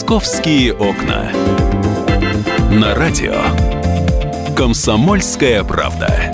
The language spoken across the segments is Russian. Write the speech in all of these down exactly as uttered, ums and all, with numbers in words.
«Московские окна». На радио «Комсомольская правда».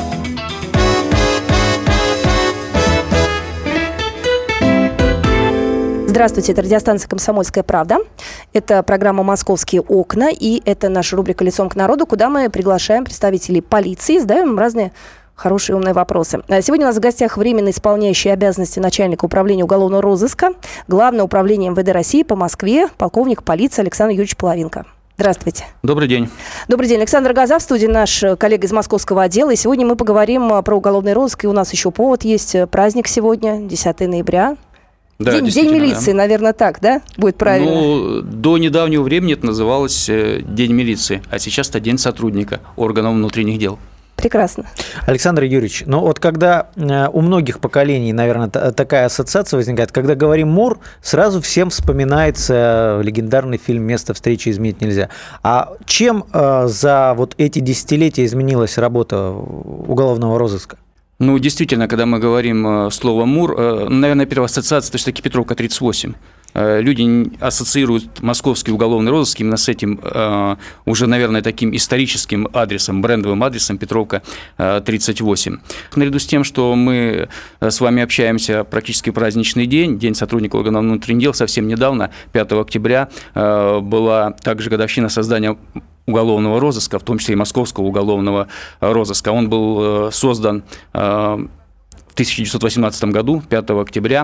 Здравствуйте, это радиостанция «Комсомольская правда». Это программа «Московские окна», и это наша рубрика «Лицом к народу», куда мы приглашаем представителей полиции, задаем им разные хорошие умные вопросы. Сегодня у нас в гостях временно исполняющий обязанности начальника управления уголовного розыска, Главное управление эм вэ дэ России по Москве, полковник полиции Александр Юрьевич Половинко. Здравствуйте. Добрый день. Добрый день. Александр Газа в студии, наш коллега из московского отдела. И сегодня мы поговорим про уголовный розыск. И у нас еще повод есть. Праздник сегодня, десятого ноября. Да, день, день милиции, да. Наверное, так, да? Будет правильно? Ну, до недавнего времени это называлось День милиции, а сейчас это День сотрудника органов внутренних дел. Прекрасно. Александр Юрьевич, ну вот когда у многих поколений, наверное, такая ассоциация возникает, когда говорим МОР, сразу всем вспоминается легендарный фильм «Место встречи изменить нельзя». А чем за вот эти десятилетия изменилась работа уголовного розыска? Ну, действительно, когда мы говорим слово «МУР», наверное, первая ассоциация – это все-таки Петровка тридцать восемь. Люди ассоциируют московский уголовный розыск именно с этим уже, наверное, таким историческим адресом, брендовым адресом Петровка тридцать восемь. Наряду с тем, что мы с вами общаемся практически в праздничный день, День сотрудника органов внутренних дел, совсем недавно, пятого октября, была также годовщина создания уголовного розыска, в том числе и московского уголовного розыска. Он был создан в тысяча девятьсот восемнадцатом году, пятого октября.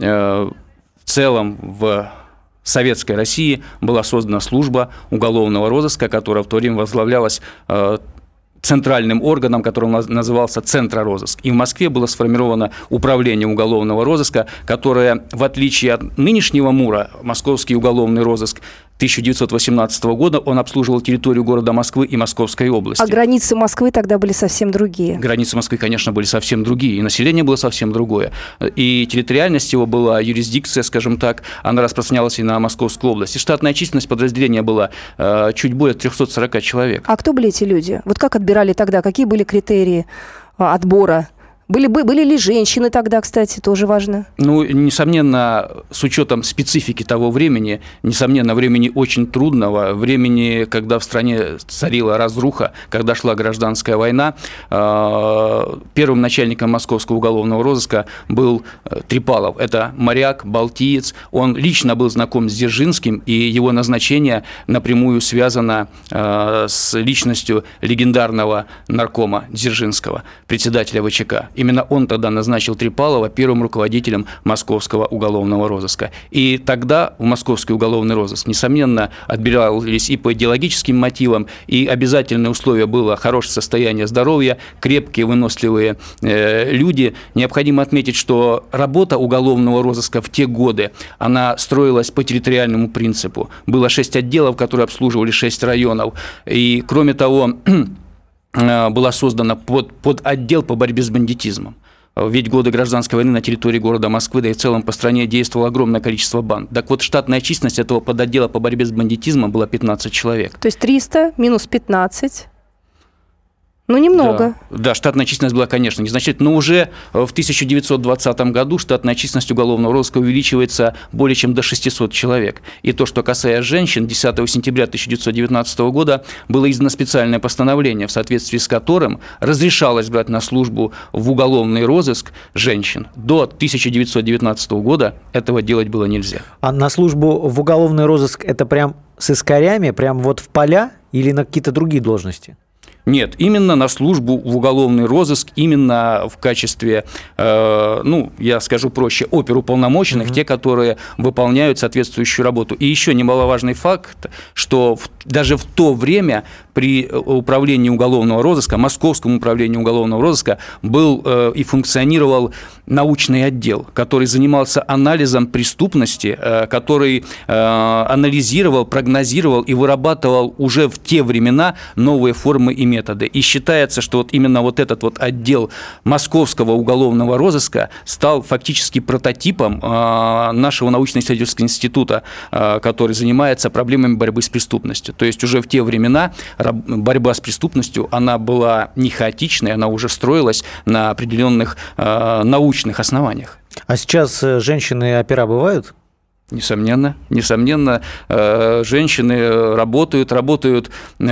В целом в Советской России была создана служба уголовного розыска, которая в то время возглавлялась центральным органом, который назывался Центророзыск. И в Москве было сформировано управление уголовного розыска, которое, в отличие от нынешнего МУРа, московский уголовный розыск тысяча девятьсот восемнадцатого года, он обслуживал территорию города Москвы и Московской области. А границы Москвы тогда были совсем другие. Границы Москвы, конечно, были совсем другие, и население было совсем другое. И территориальность его была, юрисдикция, скажем так, она распространялась и на Московскую область. И штатная численность подразделения была э, чуть более триста сорок человек. А кто были эти люди? Вот как отбирали тогда? Какие были критерии отбора? Были, были ли женщины тогда, кстати, тоже важно? Ну, несомненно, с учетом специфики того времени, несомненно, времени очень трудного, времени, когда в стране царила разруха, когда шла гражданская война, первым начальником московского уголовного розыска был Трипалов. Это моряк, балтиец. Он лично был знаком с Дзержинским, и его назначение напрямую связано с личностью легендарного наркома Дзержинского, председателя вэ че ка. Именно он тогда назначил Трипалова первым руководителем московского уголовного розыска. И тогда в московский уголовный розыск, несомненно, отбирались и по идеологическим мотивам, и обязательное условие было хорошее состояние здоровья, крепкие, выносливые э, люди. Необходимо отметить, что работа уголовного розыска в те годы, она строилась по территориальному принципу. Было шесть отделов, которые обслуживали шесть районов. И, кроме того, была создана под, под отдел по борьбе с бандитизмом. Ведь в годы гражданской войны на территории города Москвы, да и в целом по стране действовало огромное количество банд. Так вот, штатная численность этого подотдела по борьбе с бандитизмом была пятнадцать человек. То есть триста минус пятнадцать. Ну, немного. Да, да, штатная численность была, конечно, незначительна, но уже в тысяча девятьсот двадцатом году штатная численность уголовного розыска увеличивается более чем до шестисот человек. И то, что касается женщин, десятого сентября тысяча девятьсот девятнадцатого года было издано специальное постановление, в соответствии с которым разрешалось брать на службу в уголовный розыск женщин. До тысяча девятьсот девятнадцатого года этого делать было нельзя. А на службу в уголовный розыск это прям с искорями, прям вот в поля или на какие-то другие должности? Нет, именно на службу в уголовный розыск, именно в качестве, э, ну, я скажу проще, оперуполномоченных, mm-hmm. те, которые выполняют соответствующую работу. И еще немаловажный факт, что в, даже в то время при управлении уголовного розыска, Московском управлении уголовного розыска, был э, и функционировал научный отдел, который занимался анализом преступности, э, который э, анализировал, прогнозировал и вырабатывал уже в те времена новые формы и методы. И считается, что вот именно вот этот вот отдел Московского уголовного розыска стал фактически прототипом нашего научно-исследовательского института, который занимается проблемами борьбы с преступностью. То есть уже в те времена борьба с преступностью, она была не хаотичной, она уже строилась на определенных научных основаниях. А сейчас женщины-опера бывают? Несомненно, несомненно, женщины работают, работают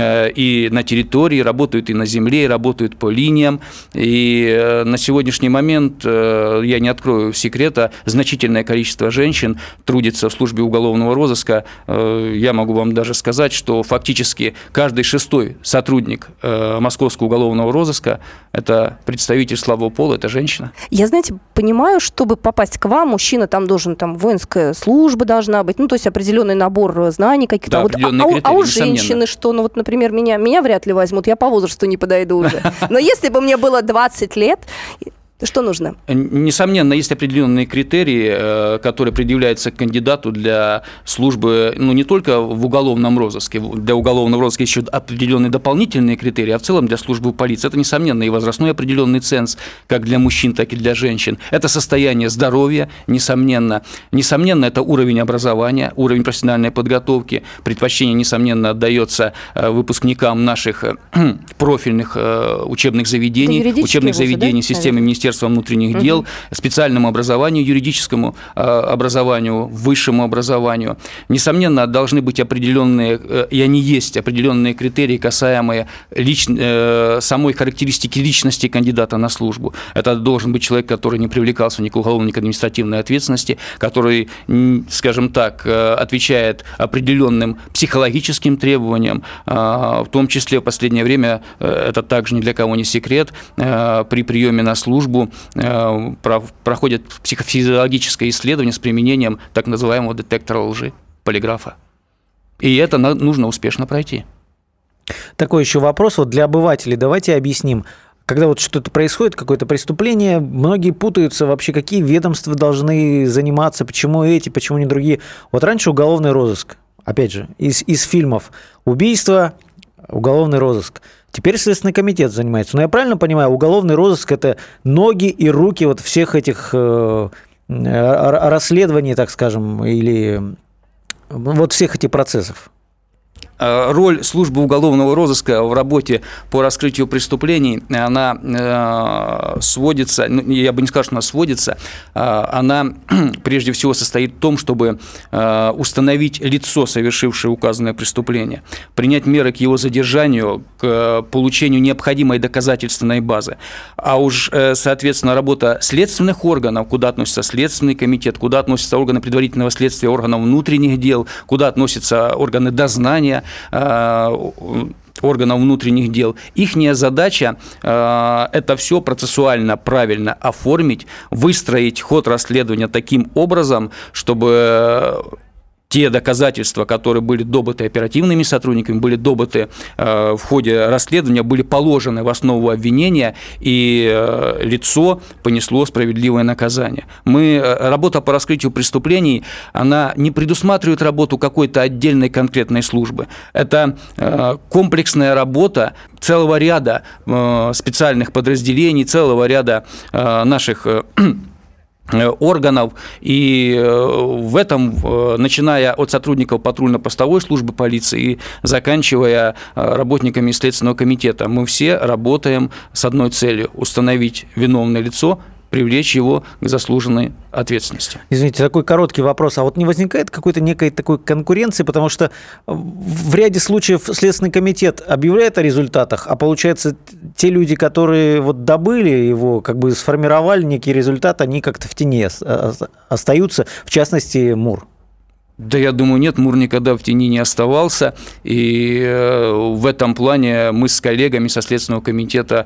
и на территории, работают и на земле, и работают по линиям. И на сегодняшний момент, я не открою секрета, значительное количество женщин трудится в службе уголовного розыска. Я могу вам даже сказать, что фактически каждый шестой сотрудник Московского уголовного розыска – это представитель слабого пола, это женщина. Я, знаете, понимаю, чтобы попасть к вам, мужчина там должен, там, воинская служба должна быть, ну, то есть определенный набор знаний каких-то. Да, а, вот, определенные а, критерии, а у несомненно. женщины что? Ну, вот, например, меня, меня вряд ли возьмут, я по возрасту не подойду уже. Но если бы мне было двадцать лет... Что нужно? Несомненно, есть определенные критерии, которые предъявляются к кандидату для службы, ну, не только в уголовном розыске. Для уголовного розыска есть еще определенные дополнительные критерии, а в целом для службы полиции. Это, несомненно, и возрастной определенный ценз, как для мужчин, так и для женщин. Это состояние здоровья, несомненно. Несомненно, это уровень образования, уровень профессиональной подготовки. Предпочтение, несомненно, отдается выпускникам наших профильных учебных заведений, учебных вузы, заведений, да? Системы Министерства внутренних дел, угу. специальному образованию, юридическому образованию, высшему образованию. Несомненно, должны быть определенные, и они есть, определенные критерии, касаемые лич... самой характеристики личности кандидата на службу. Это должен быть человек, который не привлекался ни к уголовной, ни к административной ответственности, который, скажем так, отвечает определенным психологическим требованиям, в том числе в последнее время, это также ни для кого не секрет, при приеме на службу проходит психофизиологическое исследование с применением так называемого детектора лжи, полиграфа. И это нужно успешно пройти. Такой еще вопрос вот для обывателей. Давайте объясним. Когда вот что-то происходит, какое-то преступление, многие путаются вообще, какие ведомства должны заниматься, почему эти, почему не другие. Вот раньше уголовный розыск, опять же, из, из фильмов убийство, уголовный розыск. Теперь Следственный комитет занимается. Но я правильно понимаю, уголовный розыск – это ноги и руки вот всех этих э, расследований, так скажем, или вот всех этих процессов? Роль службы уголовного розыска в работе по раскрытию преступлений, она сводится, я бы не сказал, что она сводится, она прежде всего состоит в том, чтобы установить лицо, совершившее указанное преступление, принять меры к его задержанию, к получению необходимой доказательственной базы. А уж, соответственно, работа следственных органов, куда относится Следственный комитет, куда относятся органы предварительного следствия, органов внутренних дел, куда относятся органы дознания, органов внутренних дел. Ихняя задача э, – это все процессуально правильно оформить, выстроить ход расследования таким образом, чтобы те доказательства, которые были добыты оперативными сотрудниками, были добыты э, в ходе расследования, были положены в основу обвинения, и э, лицо понесло справедливое наказание. Мы, работа по раскрытию преступлений, она не предусматривает работу какой-то отдельной конкретной службы. Это э, комплексная работа целого ряда э, специальных подразделений, целого ряда э, наших э, органов, и в этом, начиная от сотрудников патрульно-постовой службы полиции и заканчивая работниками Следственного комитета, мы все работаем с одной целью – установить виновное лицо, привлечь его к заслуженной ответственности. Извините, такой короткий вопрос. А вот не возникает какой-то некой такой конкуренции, потому что в ряде случаев Следственный комитет объявляет о результатах, а получается, те люди, которые вот добыли его, как бы сформировали некий результат, они как-то в тени остаются, в частности, МУР. Да, я думаю, нет, МУР никогда в тени не оставался, и в этом плане мы с коллегами со Следственного комитета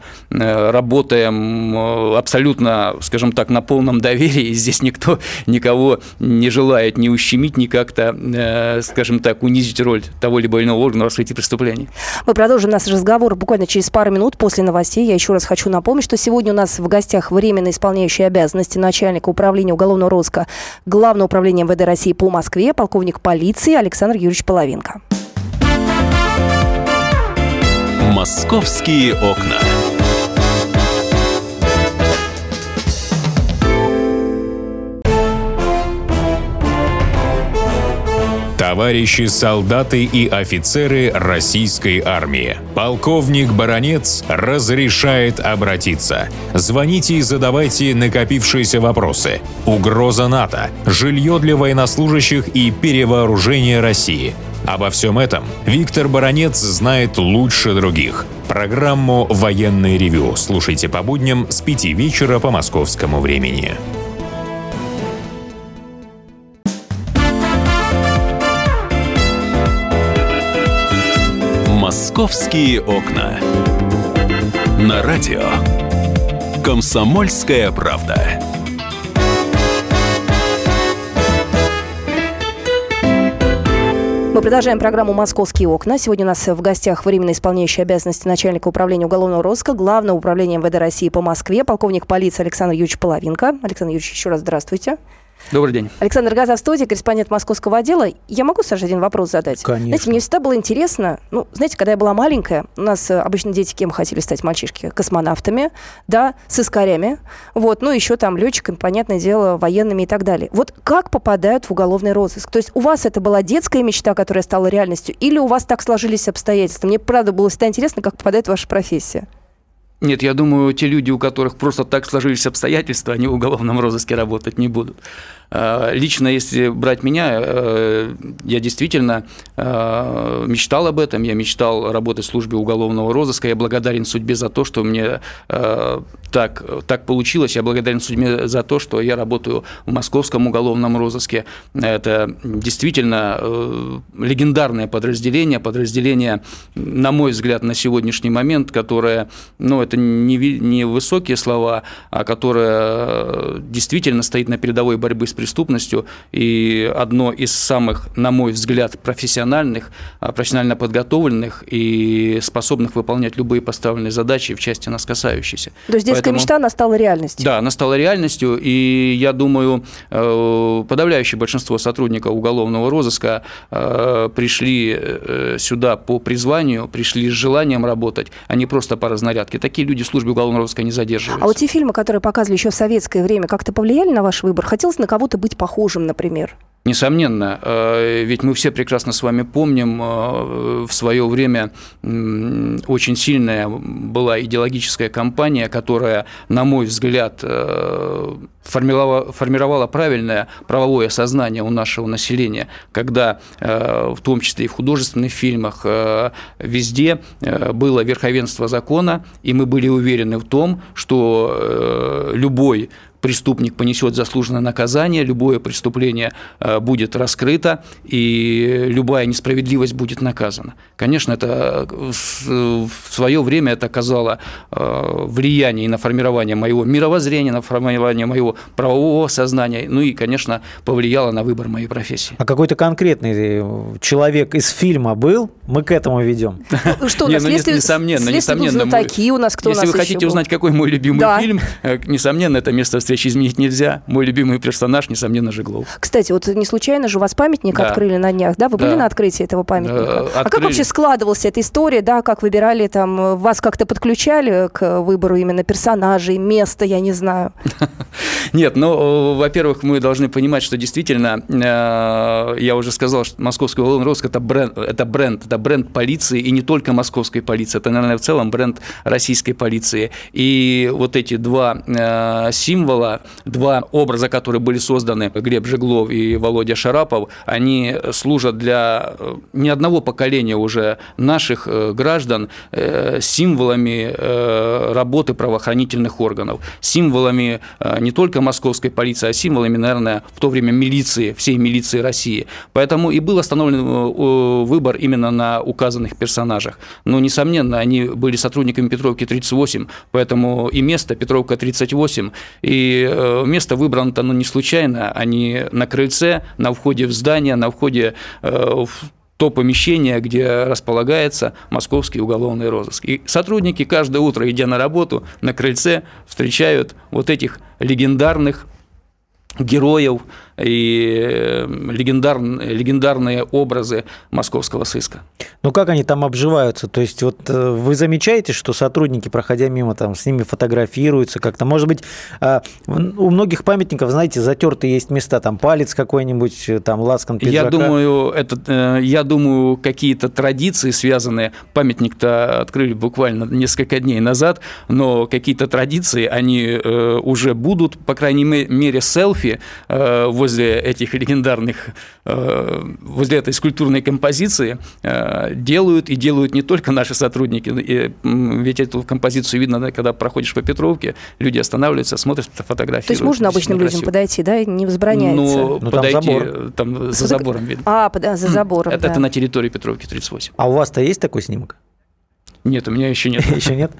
работаем абсолютно, скажем так, на полном доверии, здесь никто никого не желает ни ущемить, ни как-то, скажем так, унизить роль того либо иного органа в раскрытии преступлений. Мы продолжим наш разговор буквально через пару минут после новостей. Я еще раз хочу напомнить, что сегодня у нас в гостях временно исполняющий обязанности начальника управления уголовного розыска Главного управления эм вэ дэ России по Москве, полковник полиции Александр Юрьевич Половинка. «Московские окна». Товарищи солдаты и офицеры российской армии, полковник Баранец разрешает обратиться. Звоните и задавайте накопившиеся вопросы. Угроза НАТО, жилье для военнослужащих и перевооружение России. Обо всем этом Виктор Баранец знает лучше других. Программу «Военное ревю» слушайте по будням с пяти вечера по московскому времени. «Московские окна». На радио «Комсомольская правда». Мы продолжаем программу «Московские окна». Сегодня у нас в гостях временно исполняющий обязанности начальника управления уголовного розыска Главного управления МВД России по Москве, полковник полиции Александр Юрьевич Половинко. Александр Юрьевич, еще раз здравствуйте. Добрый день. Александр Газа в студии, корреспондент московского отдела. Я могу, Саша, один вопрос задать? Конечно. Знаете, мне всегда было интересно, ну, знаете, когда я была маленькая, у нас обычно дети кем хотели стать мальчишки? Космонавтами, да, сыскарями, вот, ну, еще там летчиками, понятное дело, военными и так далее. Вот как попадают в уголовный розыск? То есть у вас это была детская мечта, которая стала реальностью, или у вас так сложились обстоятельства? Мне, правда, было всегда интересно, как попадает ваша профессия. Нет, я думаю, те люди, у которых просто так сложились обстоятельства, они в уголовном розыске работать не будут. Лично, если брать меня, я действительно мечтал об этом, я мечтал работать в службе уголовного розыска, я благодарен судьбе за то, что мне так, так получилось, я благодарен судьбе за то, что я работаю в московском уголовном розыске. Это действительно легендарное подразделение, подразделение, на мой взгляд, на сегодняшний момент, которое, ну, это не, не высокие слова, а которое действительно стоит на передовой борьбы с преступностью, и одно из самых, на мой взгляд, профессиональных, профессионально подготовленных и способных выполнять любые поставленные задачи в части нас касающиеся. То есть детская Поэтому, мечта, она стала реальностью? Да, она стала реальностью, и я думаю, подавляющее большинство сотрудников уголовного розыска пришли сюда по призванию, пришли с желанием работать, а не просто по разнарядке. Такие люди в службе уголовного розыска не задерживаются. А вот те фильмы, которые показывали еще в советское время, как-то повлияли на ваш выбор? Хотелось на кого-то быть похожим, например? Несомненно, ведь мы все прекрасно с вами помним, в свое время очень сильная была идеологическая кампания, которая, на мой взгляд, формировала, формировала правильное правовое сознание у нашего населения, когда, в том числе и в художественных фильмах, везде было верховенство закона, и мы были уверены в том, что любой преступник понесет заслуженное наказание, любое преступление будет раскрыто, и любая несправедливость будет наказана. Конечно, это в свое время это оказало влияние и на формирование моего мировоззрения, на формирование моего правового сознания, ну и, конечно, повлияло на выбор моей профессии. А какой-то конкретный человек из фильма был? Мы к этому ведем. Что у нас? Несомненно, несомненно. Такие у нас, кто у нас Если вы хотите узнать, какой мой любимый фильм, несомненно, это «Место встречи изменить нельзя». Мой любимый персонаж, несомненно, Жеглов. Кстати, вот не случайно же у вас памятник да. открыли на днях, да? Вы были да. на открытии этого памятника? Открыли. А как вообще складывалась эта история, да? Как выбирали там, вас как-то подключали к выбору именно персонажей, места, я не знаю? Нет, ну, во-первых, мы должны понимать, что действительно, я уже сказал, что московский уголовный розыск – это бренд, это бренд, это бренд полиции, и не только московской полиции, это, наверное, в целом бренд российской полиции. И вот эти два символа, два образа, которые были созданы, Глеб Жеглов и Володя Шарапов, они служат для не одного поколения уже наших граждан символами работы правоохранительных органов, символами не только московской полиции, а символами, наверное, в то время милиции, всей милиции России. Поэтому и был остановлен выбор именно на указанных персонажах. Но, несомненно, они были сотрудниками Петровки тридцать восемь, поэтому и место Петровка тридцать восемь, и место выбрано-то ну, не случайно, они на крыльце, на входе в здание, на входе в то помещение, где располагается московский уголовный розыск. И сотрудники каждое утро, идя на работу, на крыльце встречают вот этих легендарных героев и легендар, легендарные образы московского сыска. Ну, как они там обживаются? То есть, вот вы замечаете, что сотрудники, проходя мимо, там, с ними фотографируются как-то? Может быть, у многих памятников, знаете, затерты есть места, там, палец какой-нибудь, там, лацкан пиджака. Я думаю, это, я думаю, какие-то традиции связанные, памятник-то открыли буквально несколько дней назад, но какие-то традиции, они уже будут, по крайней мере, селфи возле этих легендарных, возле этой скульптурной композиции делают, и делают не только наши сотрудники, ведь эту композицию видно, когда проходишь по Петровке, люди останавливаются, смотрят, фотографируют. То есть можно обычным людям подойти, да, не возбраняется? Ну, ну подойти, там, забор. там за забором видно. А, да, за забором, это, да. это на территории Петровки тридцать восемь. А у вас-то есть такой снимок? Нет, у меня еще нет. Еще нет?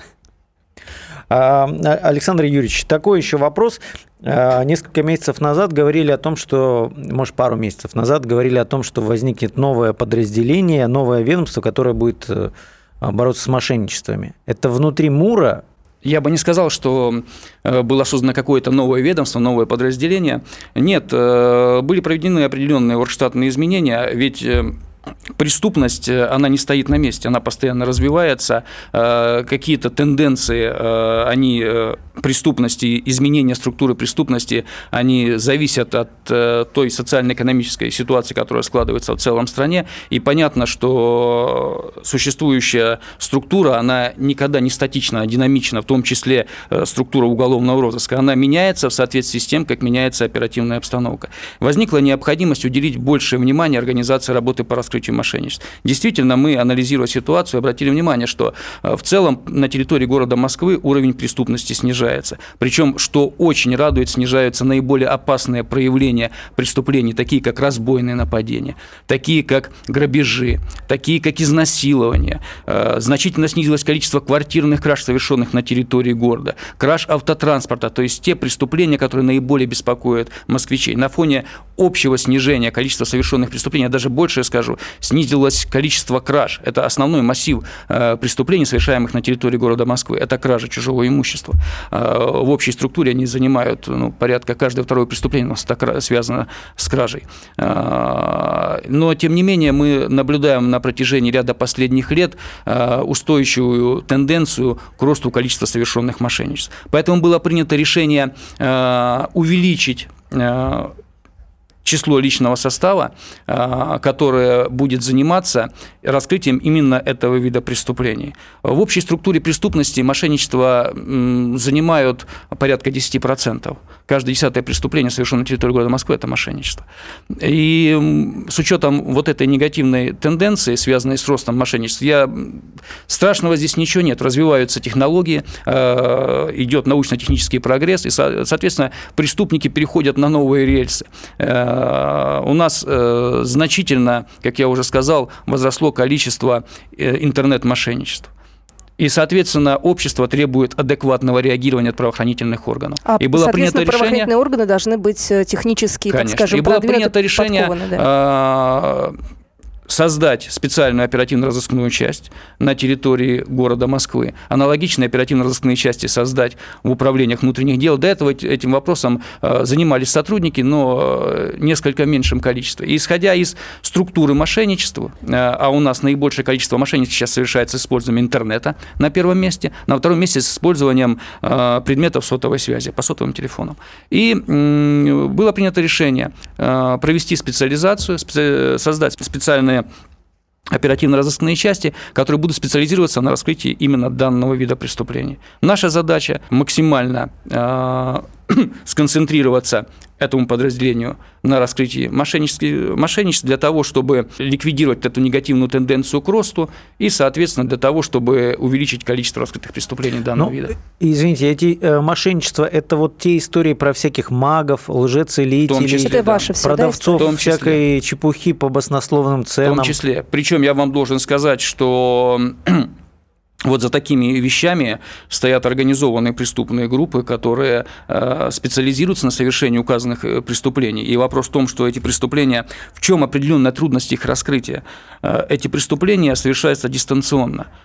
Александр Юрьевич, такой еще вопрос. Несколько месяцев назад говорили о том, что, может, пару месяцев назад говорили о том, что возникнет новое подразделение, новое ведомство, которое будет бороться с мошенничествами. Это внутри МУРа? Я бы не сказал, что было создано какое-то новое ведомство, новое подразделение. Нет, были проведены определенные оргштатные изменения, ведь преступность, она не стоит на месте, она постоянно развивается, какие-то тенденции, они, преступности, изменения структуры преступности, они зависят от той социально-экономической ситуации, которая складывается в целом стране, и понятно, что существующая структура, она никогда не статична, а динамична, в том числе структура уголовного розыска, она меняется в соответствии с тем, как меняется оперативная обстановка. Возникла необходимость уделить большее внимание организации работы по раскрытию мошенничеств. Действительно, мы, анализируя ситуацию, обратили внимание, что в целом на территории города Москвы уровень преступности снижается. Причем, что очень радует, снижаются наиболее опасные проявления преступлений, такие как разбойные нападения, такие как грабежи, такие как изнасилования. Значительно снизилось количество квартирных краж, совершенных на территории города, краж автотранспорта, то есть те преступления, которые наиболее беспокоят москвичей. На фоне общего снижения количества совершенных преступлений, я даже больше скажу, снизилось количество краж. Это основной массив э, преступлений, совершаемых на территории города Москвы. Это кража чужого имущества. Э, в общей структуре они занимают ну, порядка каждое второе преступление у нас так связано с кражей. Э, но, тем не менее, мы наблюдаем на протяжении ряда последних лет э, устойчивую тенденцию к росту количества совершенных мошенничеств. Поэтому было принято решение э, увеличить э, число личного состава, которое будет заниматься раскрытием именно этого вида преступлений. В общей структуре преступности мошенничество занимают порядка десять процентов. Каждое десятое преступление, совершенное на территории города Москвы, это мошенничество. И с учетом вот этой негативной тенденции, связанной с ростом мошенничества, я... страшного здесь ничего нет. Развиваются технологии, идет научно-технический прогресс, и, соответственно, преступники переходят на новые рельсы. У нас значительно, как я уже сказал, возросло количество интернет-мошенничеств. И, соответственно, общество требует адекватного реагирования от правоохранительных органов. А, и было принято решение... правоохранительные органы должны быть технически, Конечно. так скажем, и было принято решение да? создать специальную оперативно-розыскную часть на территории города Москвы, аналогичные оперативно-розыскные части создать в управлениях внутренних дел. До этого этим вопросом занимались сотрудники, но несколько меньшим количеством. И исходя из структуры мошенничества, а у нас наибольшее количество мошенничеств сейчас совершается с использованием интернета на первом месте, на втором месте с использованием предметов сотовой связи по сотовым телефонам. И было принято решение провести специализацию, создать специальные оперативно-розыскные части, которые будут специализироваться на раскрытии именно данного вида преступлений. Наша задача максимально э, сконцентрироваться этому подразделению на раскрытии мошенничеств для того, чтобы ликвидировать эту негативную тенденцию к росту и, соответственно, для того, чтобы увеличить количество раскрытых преступлений данного ну, вида. Извините, эти э, мошенничества – это вот те истории про всяких магов, лжецелителей, числе, да, все, продавцов да, всякой чепухи по баснословным ценам. В том числе. Причем я вам должен сказать, что... Вот за такими вещами стоят организованные преступные группы, которые э, специализируются на совершении указанных преступлений. И вопрос в том, что эти преступления, в чем определенная трудность их раскрытия? Э, эти преступления совершаются дистанционно.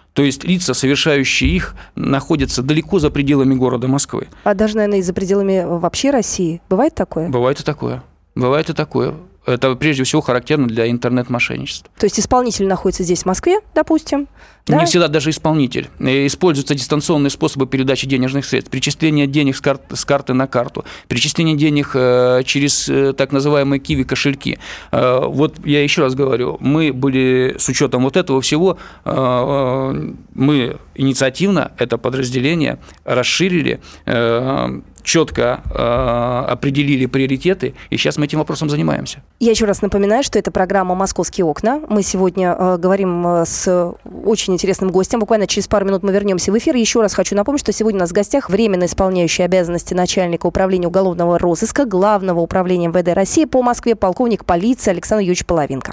То есть лица, совершающие их, находятся далеко за пределами города Москвы. А даже, наверное, и за пределами вообще России. Бывает такое? Бывает и такое. Бывает и такое. Это прежде всего характерно для интернет-мошенничества. То есть исполнитель находится здесь, в Москве, допустим? Не Да? всегда даже исполнитель. Используются дистанционные способы передачи денежных средств. Перечисление денег с, карт, с карты на карту. Перечисление денег э, через э, так называемые киви-кошельки. Э, вот я еще раз говорю, мы были, с учетом вот этого всего, э, мы инициативно это подразделение расширили, э, четко э, определили приоритеты, и сейчас мы этим вопросом занимаемся. Я еще раз напоминаю, что это программа «Московские окна». Мы сегодня э, говорим э, с очень интересным гостем. Буквально через пару минут мы вернемся в эфир. Еще раз хочу напомнить, что сегодня у нас в гостях временно исполняющий обязанности начальника управления уголовного розыска Главного управления эм вэ дэ России по Москве полковник полиции Александр Юрьевич Половинка.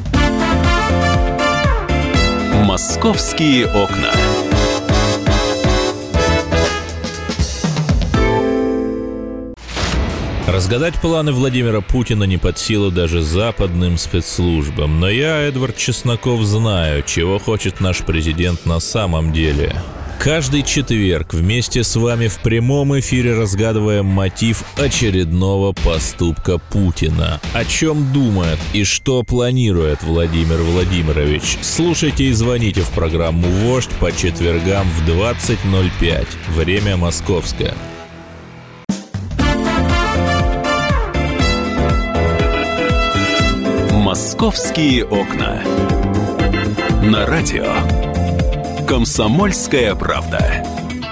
«Московские окна». Разгадать планы Владимира Путина не под силу даже западным спецслужбам. Но я, Эдвард Чесноков, знаю, чего хочет наш президент на самом деле. Каждый четверг вместе с вами в прямом эфире разгадываем мотив очередного поступка Путина. О чем думает и что планирует Владимир Владимирович? Слушайте и звоните в программу «Вождь» по четвергам в двадцать ноль пять. Время московское. «Московские окна». На радио «Комсомольская правда».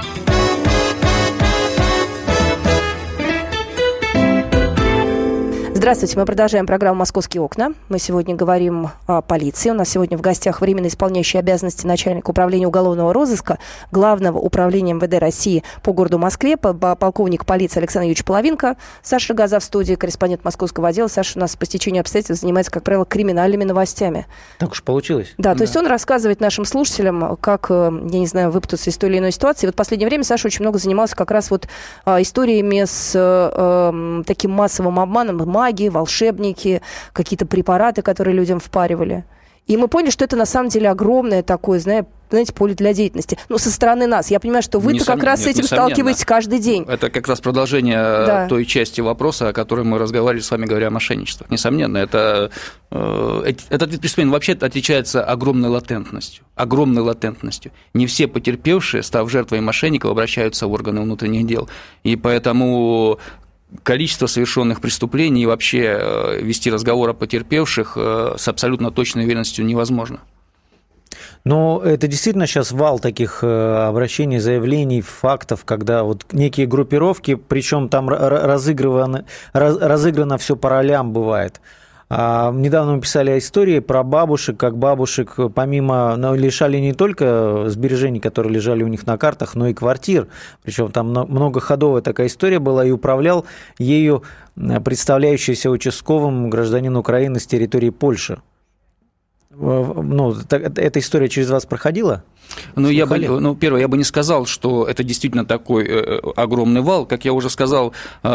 Здравствуйте, мы продолжаем программу «Московские окна». Мы сегодня говорим о полиции. У нас сегодня в гостях временно исполняющий обязанности начальника управления уголовного розыска Главного управления эм вэ дэ России по городу Москве, полковник полиции Александр Юрьевич Половинка. Саша Газа в студии, корреспондент московского отдела. Саша у нас по стечению обстоятельств занимается, как правило, криминальными новостями. Так уж получилось. Да, то Да. есть он рассказывает нашим слушателям, как, я не знаю, выпутаться из той или иной ситуации. Вот в последнее время Саша очень много занимался как раз вот а, историями с а, таким массовым обманом, магией, волшебники, какие-то препараты, которые людям впаривали. И мы поняли, что это на самом деле огромное такое, знаете, поле для деятельности. Но со стороны нас. Я понимаю, что вы-то как раз нет, с этим несомненно. сталкиваетесь каждый день. Это как раз продолжение Да. той части вопроса, о которой мы разговаривали с вами, говоря о мошенничестве. Несомненно, это, э, этот вид преступления вообще отличается огромной латентностью. Огромной латентностью. Не все потерпевшие, став жертвой мошенников, обращаются в органы внутренних дел. И поэтому количество совершенных преступлений и вообще вести разговор о потерпевших с абсолютно точной уверенностью невозможно. Но это действительно сейчас вал таких обращений, заявлений, фактов, когда вот некие группировки, причем там разыграно, разыграно все по ролям бывает. А, недавно мы писали о истории про бабушек, как бабушек помимо ну, лишали не только сбережений, которые лежали у них на картах, но и квартир. Причем там многоходовая такая история была, и управлял ею представляющийся участковым гражданин Украины с территории Польши. Ну, эта история через вас проходила? Ну, я бы, ну, первое, я бы не сказал, что это действительно такой огромный вал. Как я уже сказал,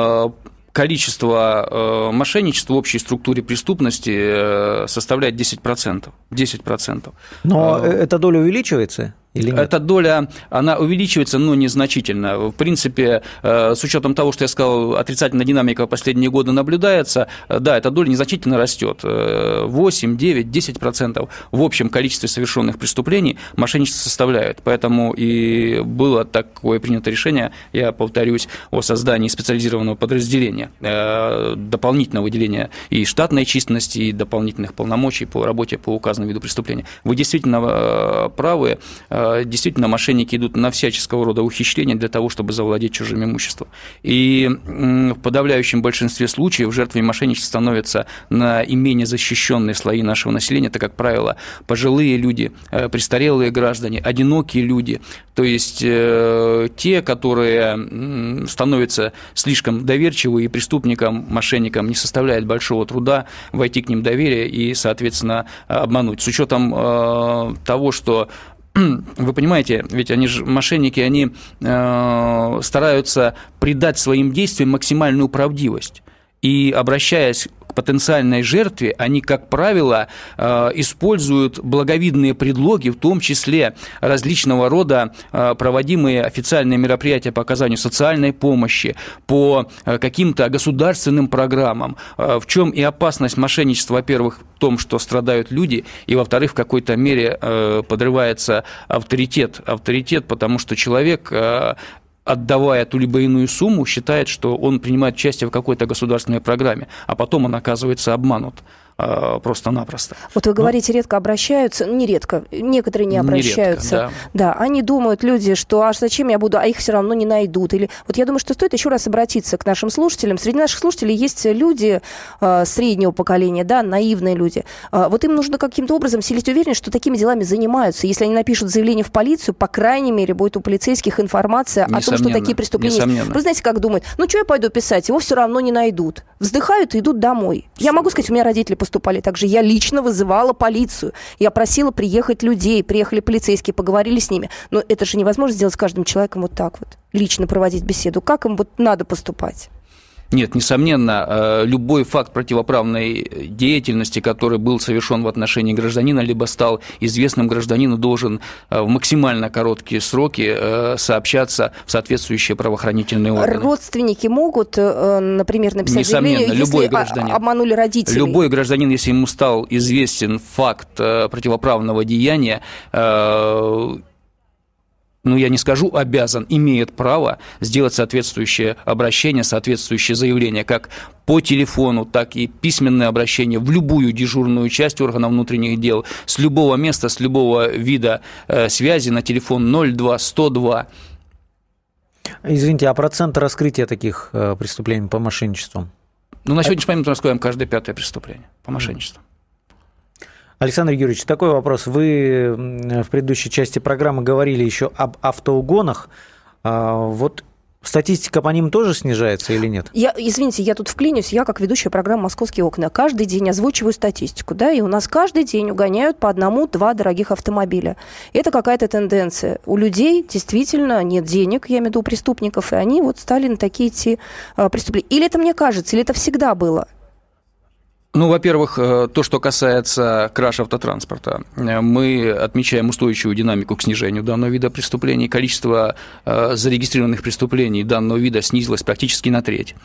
количество мошенничества в общей структуре преступности составляет десять процентов. десять процентов. Но эта доля увеличивается? Или нет? Эта доля, она увеличивается, но незначительно. В принципе, с учетом того, что я сказал, отрицательная динамика в последние годы наблюдается, да, эта доля незначительно растет. восемь, девять, десять процентов в общем количестве совершенных преступлений мошенничество составляет. Поэтому и было такое принято решение, я повторюсь, о создании специализированного подразделения, дополнительного выделения и штатной численности, и дополнительных полномочий по работе по указанному виду преступления. Вы действительно правы. Действительно, мошенники идут на всяческого рода ухищрения для того, чтобы завладеть чужим имуществом. И в подавляющем большинстве случаев жертвами мошенничества становятся наименее защищенные слои нашего населения. Это, как правило, пожилые люди, престарелые граждане, одинокие люди. То есть те, которые становятся слишком доверчивы, и преступникам, мошенникам не составляет большого труда войти к ним доверие и, соответственно, обмануть. С учетом того, что вы понимаете, ведь они же, мошенники, они э, стараются придать своим действиям максимальную правдивость. И, обращаясь к потенциальной жертве, они, как правило, используют благовидные предлоги, в том числе различного рода проводимые официальные мероприятия по оказанию социальной помощи, по каким-то государственным программам. В чем и опасность мошенничества, во-первых, в том, что страдают люди, и, во-вторых, в какой-то мере подрывается авторитет, авторитет, потому что человек, отдавая ту либо иную сумму, считает, что он принимает участие в какой-то государственной программе, а потом он оказывается обманут просто-напросто. Вот вы говорите, редко обращаются, не редко, некоторые не обращаются. Нередко, да. Да, они думают, люди, что аж зачем я буду, а их все равно не найдут. Или вот я думаю, что стоит еще раз обратиться к нашим слушателям. Среди наших слушателей есть люди э, среднего поколения, да, наивные люди. Э, вот им нужно каким-то образом вселить уверенность, что такими делами занимаются. Если они напишут заявление в полицию, по крайней мере, будет у полицейских информация о том, что такие преступления есть. Вы знаете, как думают, ну что я пойду писать, его все равно не найдут. Вздыхают и идут домой. Я могу сказать, у меня родители поступали так же. Я лично вызывала полицию. Я просила приехать людей. Приехали полицейские, поговорили с ними. Но это же невозможно сделать с каждым человеком вот так вот. Лично проводить беседу. Как им вот надо поступать? Нет, несомненно, любой факт противоправной деятельности, который был совершен в отношении гражданина, либо стал известным гражданину, должен в максимально короткие сроки сообщаться в соответствующие правоохранительные органы. Родственники могут, например, написать несомненно, заявление, любой если гражданин, обманули родителей? Любой гражданин, если ему стал известен факт противоправного деяния, ну, я не скажу обязан, имеет право сделать соответствующее обращение, соответствующее заявление, как по телефону, так и письменное обращение в любую дежурную часть органов внутренних дел, с любого места, с любого вида э, связи на телефон ноль два сто два. Извините, а процент раскрытия таких э, преступлений по мошенничеству? Ну, на сегодняшний момент мы раскроем каждое пятое преступление по мошенничеству. Александр Юрьевич, такой вопрос. Вы в предыдущей части программы говорили еще об автоугонах. Вот статистика по ним тоже снижается или нет? Я, извините, я тут вклинюсь. Я, как ведущая программы «Московские окна», каждый день озвучиваю статистику, да, и у нас каждый день угоняют по одному-два дорогих автомобиля. Это какая-то тенденция. У людей действительно нет денег, я имею в виду у преступников, и они вот стали на такие идти преступления. Или это мне кажется, или это всегда было? Ну, во-первых, то, что касается краж автотранспорта, мы отмечаем устойчивую динамику к снижению данного вида преступлений. Количество зарегистрированных преступлений данного вида снизилось практически на треть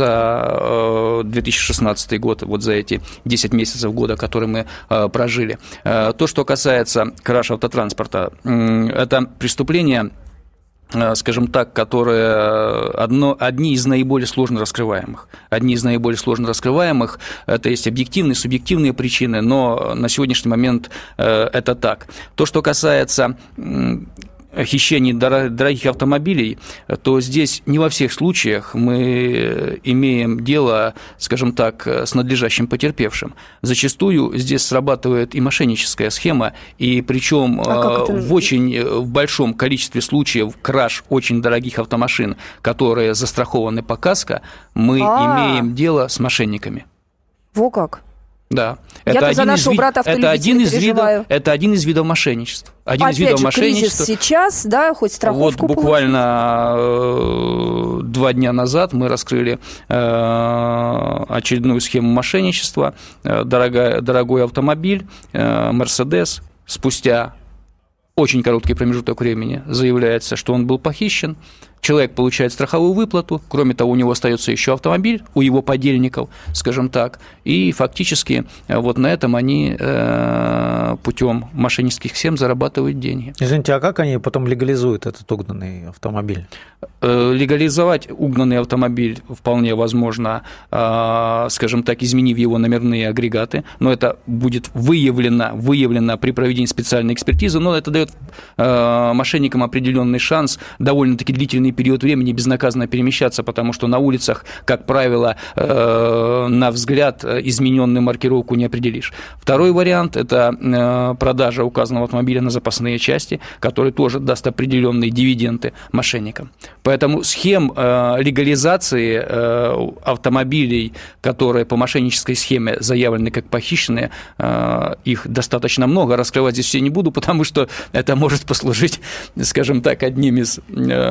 за две тысячи шестнадцатый год, вот за эти десять месяцев года, которые мы прожили. То, что касается краж автотранспорта, это преступления, скажем так, которые одно, одни из наиболее сложно раскрываемых. Одни из наиболее сложно раскрываемых, это есть объективные, субъективные причины, но на сегодняшний момент это так. То, что касается хищений дорогих автомобилей, то здесь не во всех случаях мы имеем дело, скажем так, с надлежащим потерпевшим. Зачастую здесь срабатывает и мошенническая схема, и причем а в очень в большом количестве случаев краж очень дорогих автомашин, которые застрахованы по каско, мы А-а-а. имеем дело с мошенниками. Во как? Да, Я это, один из, вид... это, один из видов, это один из видов мошенничества. Один Опять из видов же, мошенничества. Кризис сейчас, да, хоть страховку Вот буквально получить. Два дня назад мы раскрыли очередную схему мошенничества. Дорогая, дорогой автомобиль, Мерседес, спустя очень короткий промежуток времени заявляется, что он был похищен. Человек получает страховую выплату, кроме того, у него остается еще автомобиль, у его подельников, скажем так, и фактически вот на этом они э, путем мошеннических схем зарабатывают деньги. Извините, а как они потом легализуют этот угнанный автомобиль? Э, легализовать угнанный автомобиль вполне возможно, э, скажем так, изменив его номерные агрегаты, но это будет выявлено, выявлено при проведении специальной экспертизы, но это дает э, мошенникам определенный шанс довольно-таки длительный период времени безнаказанно перемещаться, потому что на улицах, как правило, э, на взгляд измененную маркировку не определишь. Второй вариант – это э, продажа указанного автомобиля на запасные части, который тоже даст определенные дивиденды мошенникам. Поэтому схем э, легализации э, автомобилей, которые по мошеннической схеме заявлены как похищенные, э, их достаточно много. Раскрывать здесь все не буду, потому что это может послужить, скажем так, одним из э,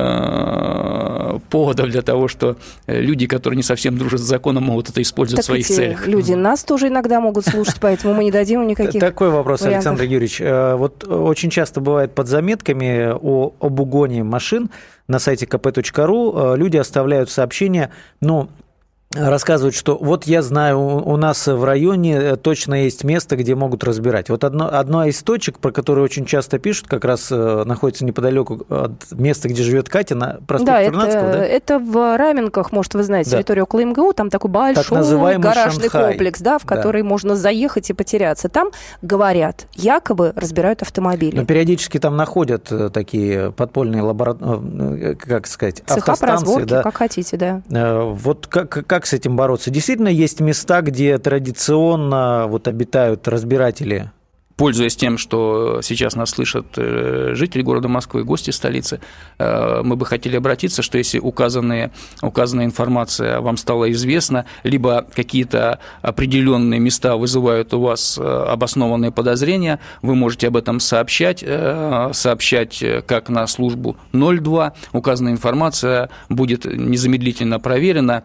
поводов для того, что люди, которые не совсем дружат с законом, могут это использовать так в своих целях. Люди нас тоже иногда могут слушать, поэтому мы не дадим им никаких Такой вопрос, вариантов. Александр Юрьевич. Вот очень часто бывает под заметками о, об угоне машин на сайте ка пэ точка ру люди оставляют сообщения, ну, рассказывают, что вот я знаю, у нас в районе точно есть место, где могут разбирать. Вот одно, одна из точек, про которую очень часто пишут, как раз находится неподалеку от места, где живет Катя, на проспекте Вернадского. Это, да, это в Раменках, может, вы знаете, да. территория около эм гэ у, там такой большой гаражный Шанхай. комплекс, да, в который да. можно заехать и потеряться. Там, говорят, якобы разбирают автомобили. Но периодически там находят такие подпольные лаборатории, как сказать, цеха по разборке, да. как хотите, да. Вот как, как Как с этим бороться? Действительно, есть места, где традиционно вот обитают разбиратели? Пользуясь тем, что сейчас нас слышат жители города Москвы, гости столицы, мы бы хотели обратиться, что если указанные, указанная информация вам стала известна, либо какие-то определенные места вызывают у вас обоснованные подозрения, вы можете об этом сообщать, сообщать как на службу ноль два. Указанная информация будет незамедлительно проверена,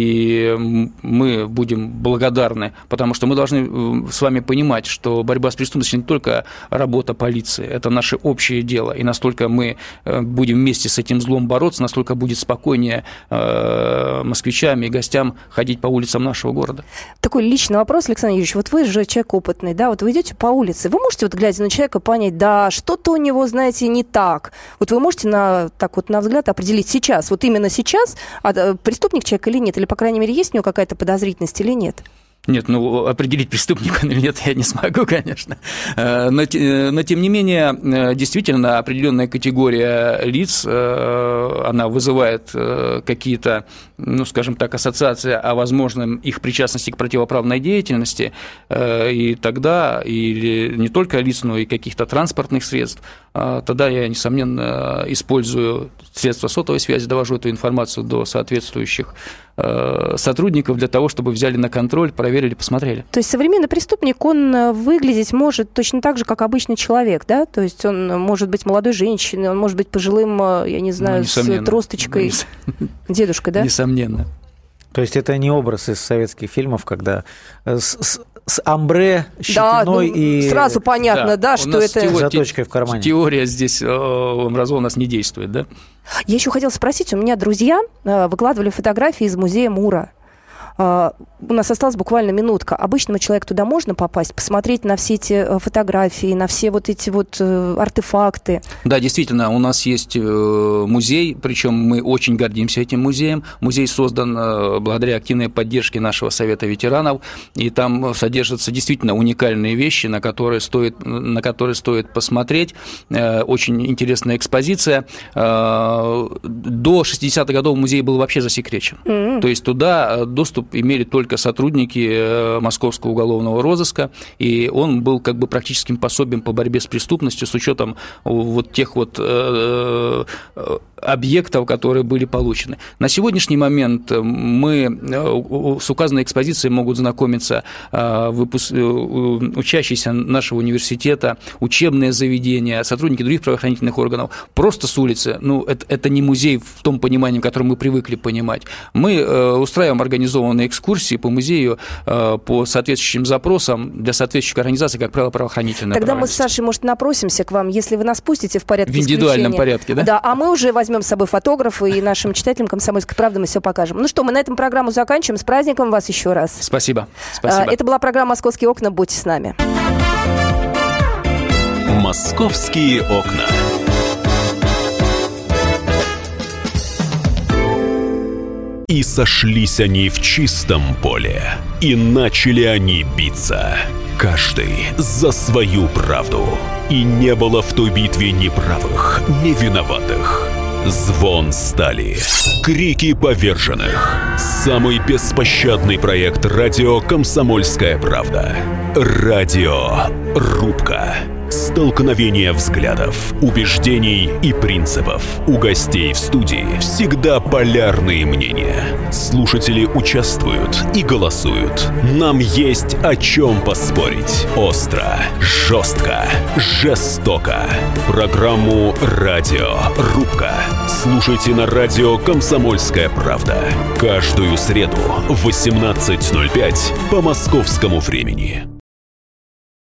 и мы будем благодарны, потому что мы должны с вами понимать, что борьба с преступностью не только работа полиции, это наше общее дело, и настолько мы будем вместе с этим злом бороться, настолько будет спокойнее москвичам и гостям ходить по улицам нашего города. Такой личный вопрос, Александр Юрьевич, вот вы же человек опытный, да, вот вы идете по улице, вы можете, вот глядя на человека, понять, да, что-то у него, знаете, не так, вот вы можете на, так вот, на взгляд определить сейчас, вот именно сейчас, а, преступник человек или нет, или, по крайней мере, есть у него какая-то подозрительность или нет? Нет, ну, определить преступника или нет я не смогу, конечно. Но, но тем не менее, действительно, определенная категория лиц, она вызывает какие-то, ну, скажем так, ассоциации о возможном их причастности к противоправной деятельности, и тогда, или не только лиц, но и каких-то транспортных средств, тогда я, несомненно, использую средства сотовой связи, довожу эту информацию до соответствующих сотрудников для того, чтобы взяли на контроль, проверили, посмотрели. То есть современный преступник, он выглядеть может точно так же, как обычный человек, да? То есть он может быть молодой женщиной, он может быть пожилым, я не знаю, ну, с тросточкой, ну, дедушкой, да? Несомненно. То есть это не образ из советских фильмов, когда с, с, с амбре, щетиной, да, ну, и... сразу понятно, да, да что это... Теория, заточкой в кармане. Теория здесь образова у нас не действует, да? Я еще хотела спросить, у меня друзья выкладывали фотографии из музея Мура. У нас осталась буквально минутка. Обычному человеку туда можно попасть, посмотреть на все эти фотографии, на все вот эти вот артефакты? Да, действительно, у нас есть музей, причем мы очень гордимся этим музеем. Музей создан благодаря активной поддержке нашего Совета ветеранов, и там содержатся действительно уникальные вещи, на которые стоит, на которые стоит посмотреть. Очень интересная экспозиция. До шестидесятых годов музей был вообще засекречен. Mm-hmm. То есть туда доступ имели только сотрудники Московского уголовного розыска, и он был как бы практическим пособием по борьбе с преступностью с учетом вот тех вот объектов, которые были получены. На сегодняшний момент мы с указанной экспозицией могут знакомиться выпуск... учащиеся нашего университета, учебные заведения, сотрудники других правоохранительных органов, просто с улицы. Ну, это, это не музей в том понимании, в котором мы привыкли понимать. Мы устраиваем организованные экскурсии по музею по соответствующим запросам для соответствующих организаций, как правило, правоохранительные. Тогда мы с Сашей, может, напросимся к вам, если вы нас пустите в порядке исключения. В индивидуальном порядке, да? Да, а мы уже возьмем с собой фотографа, и нашим читателям «Комсомольской правды» мы все покажем. Ну что, мы на этом программу заканчиваем. С праздником вас еще раз. Спасибо. Спасибо. Это была программа «Московские окна». Будьте с нами. «Московские окна». И сошлись они в чистом поле, и начали они биться, каждый за свою правду. И не было в той битве ни правых, ни виноватых. Звон стали, крики поверженных. Самый беспощадный проект радио «Комсомольская правда». Радиорубка. Столкновение взглядов, убеждений и принципов. У гостей в студии всегда полярные мнения. Слушатели участвуют и голосуют. Нам есть о чем поспорить. Остро, жестко, жестоко. Программу «Радио Рубка» слушайте на радио «Комсомольская правда». Каждую среду в восемнадцать ноль пять по московскому времени.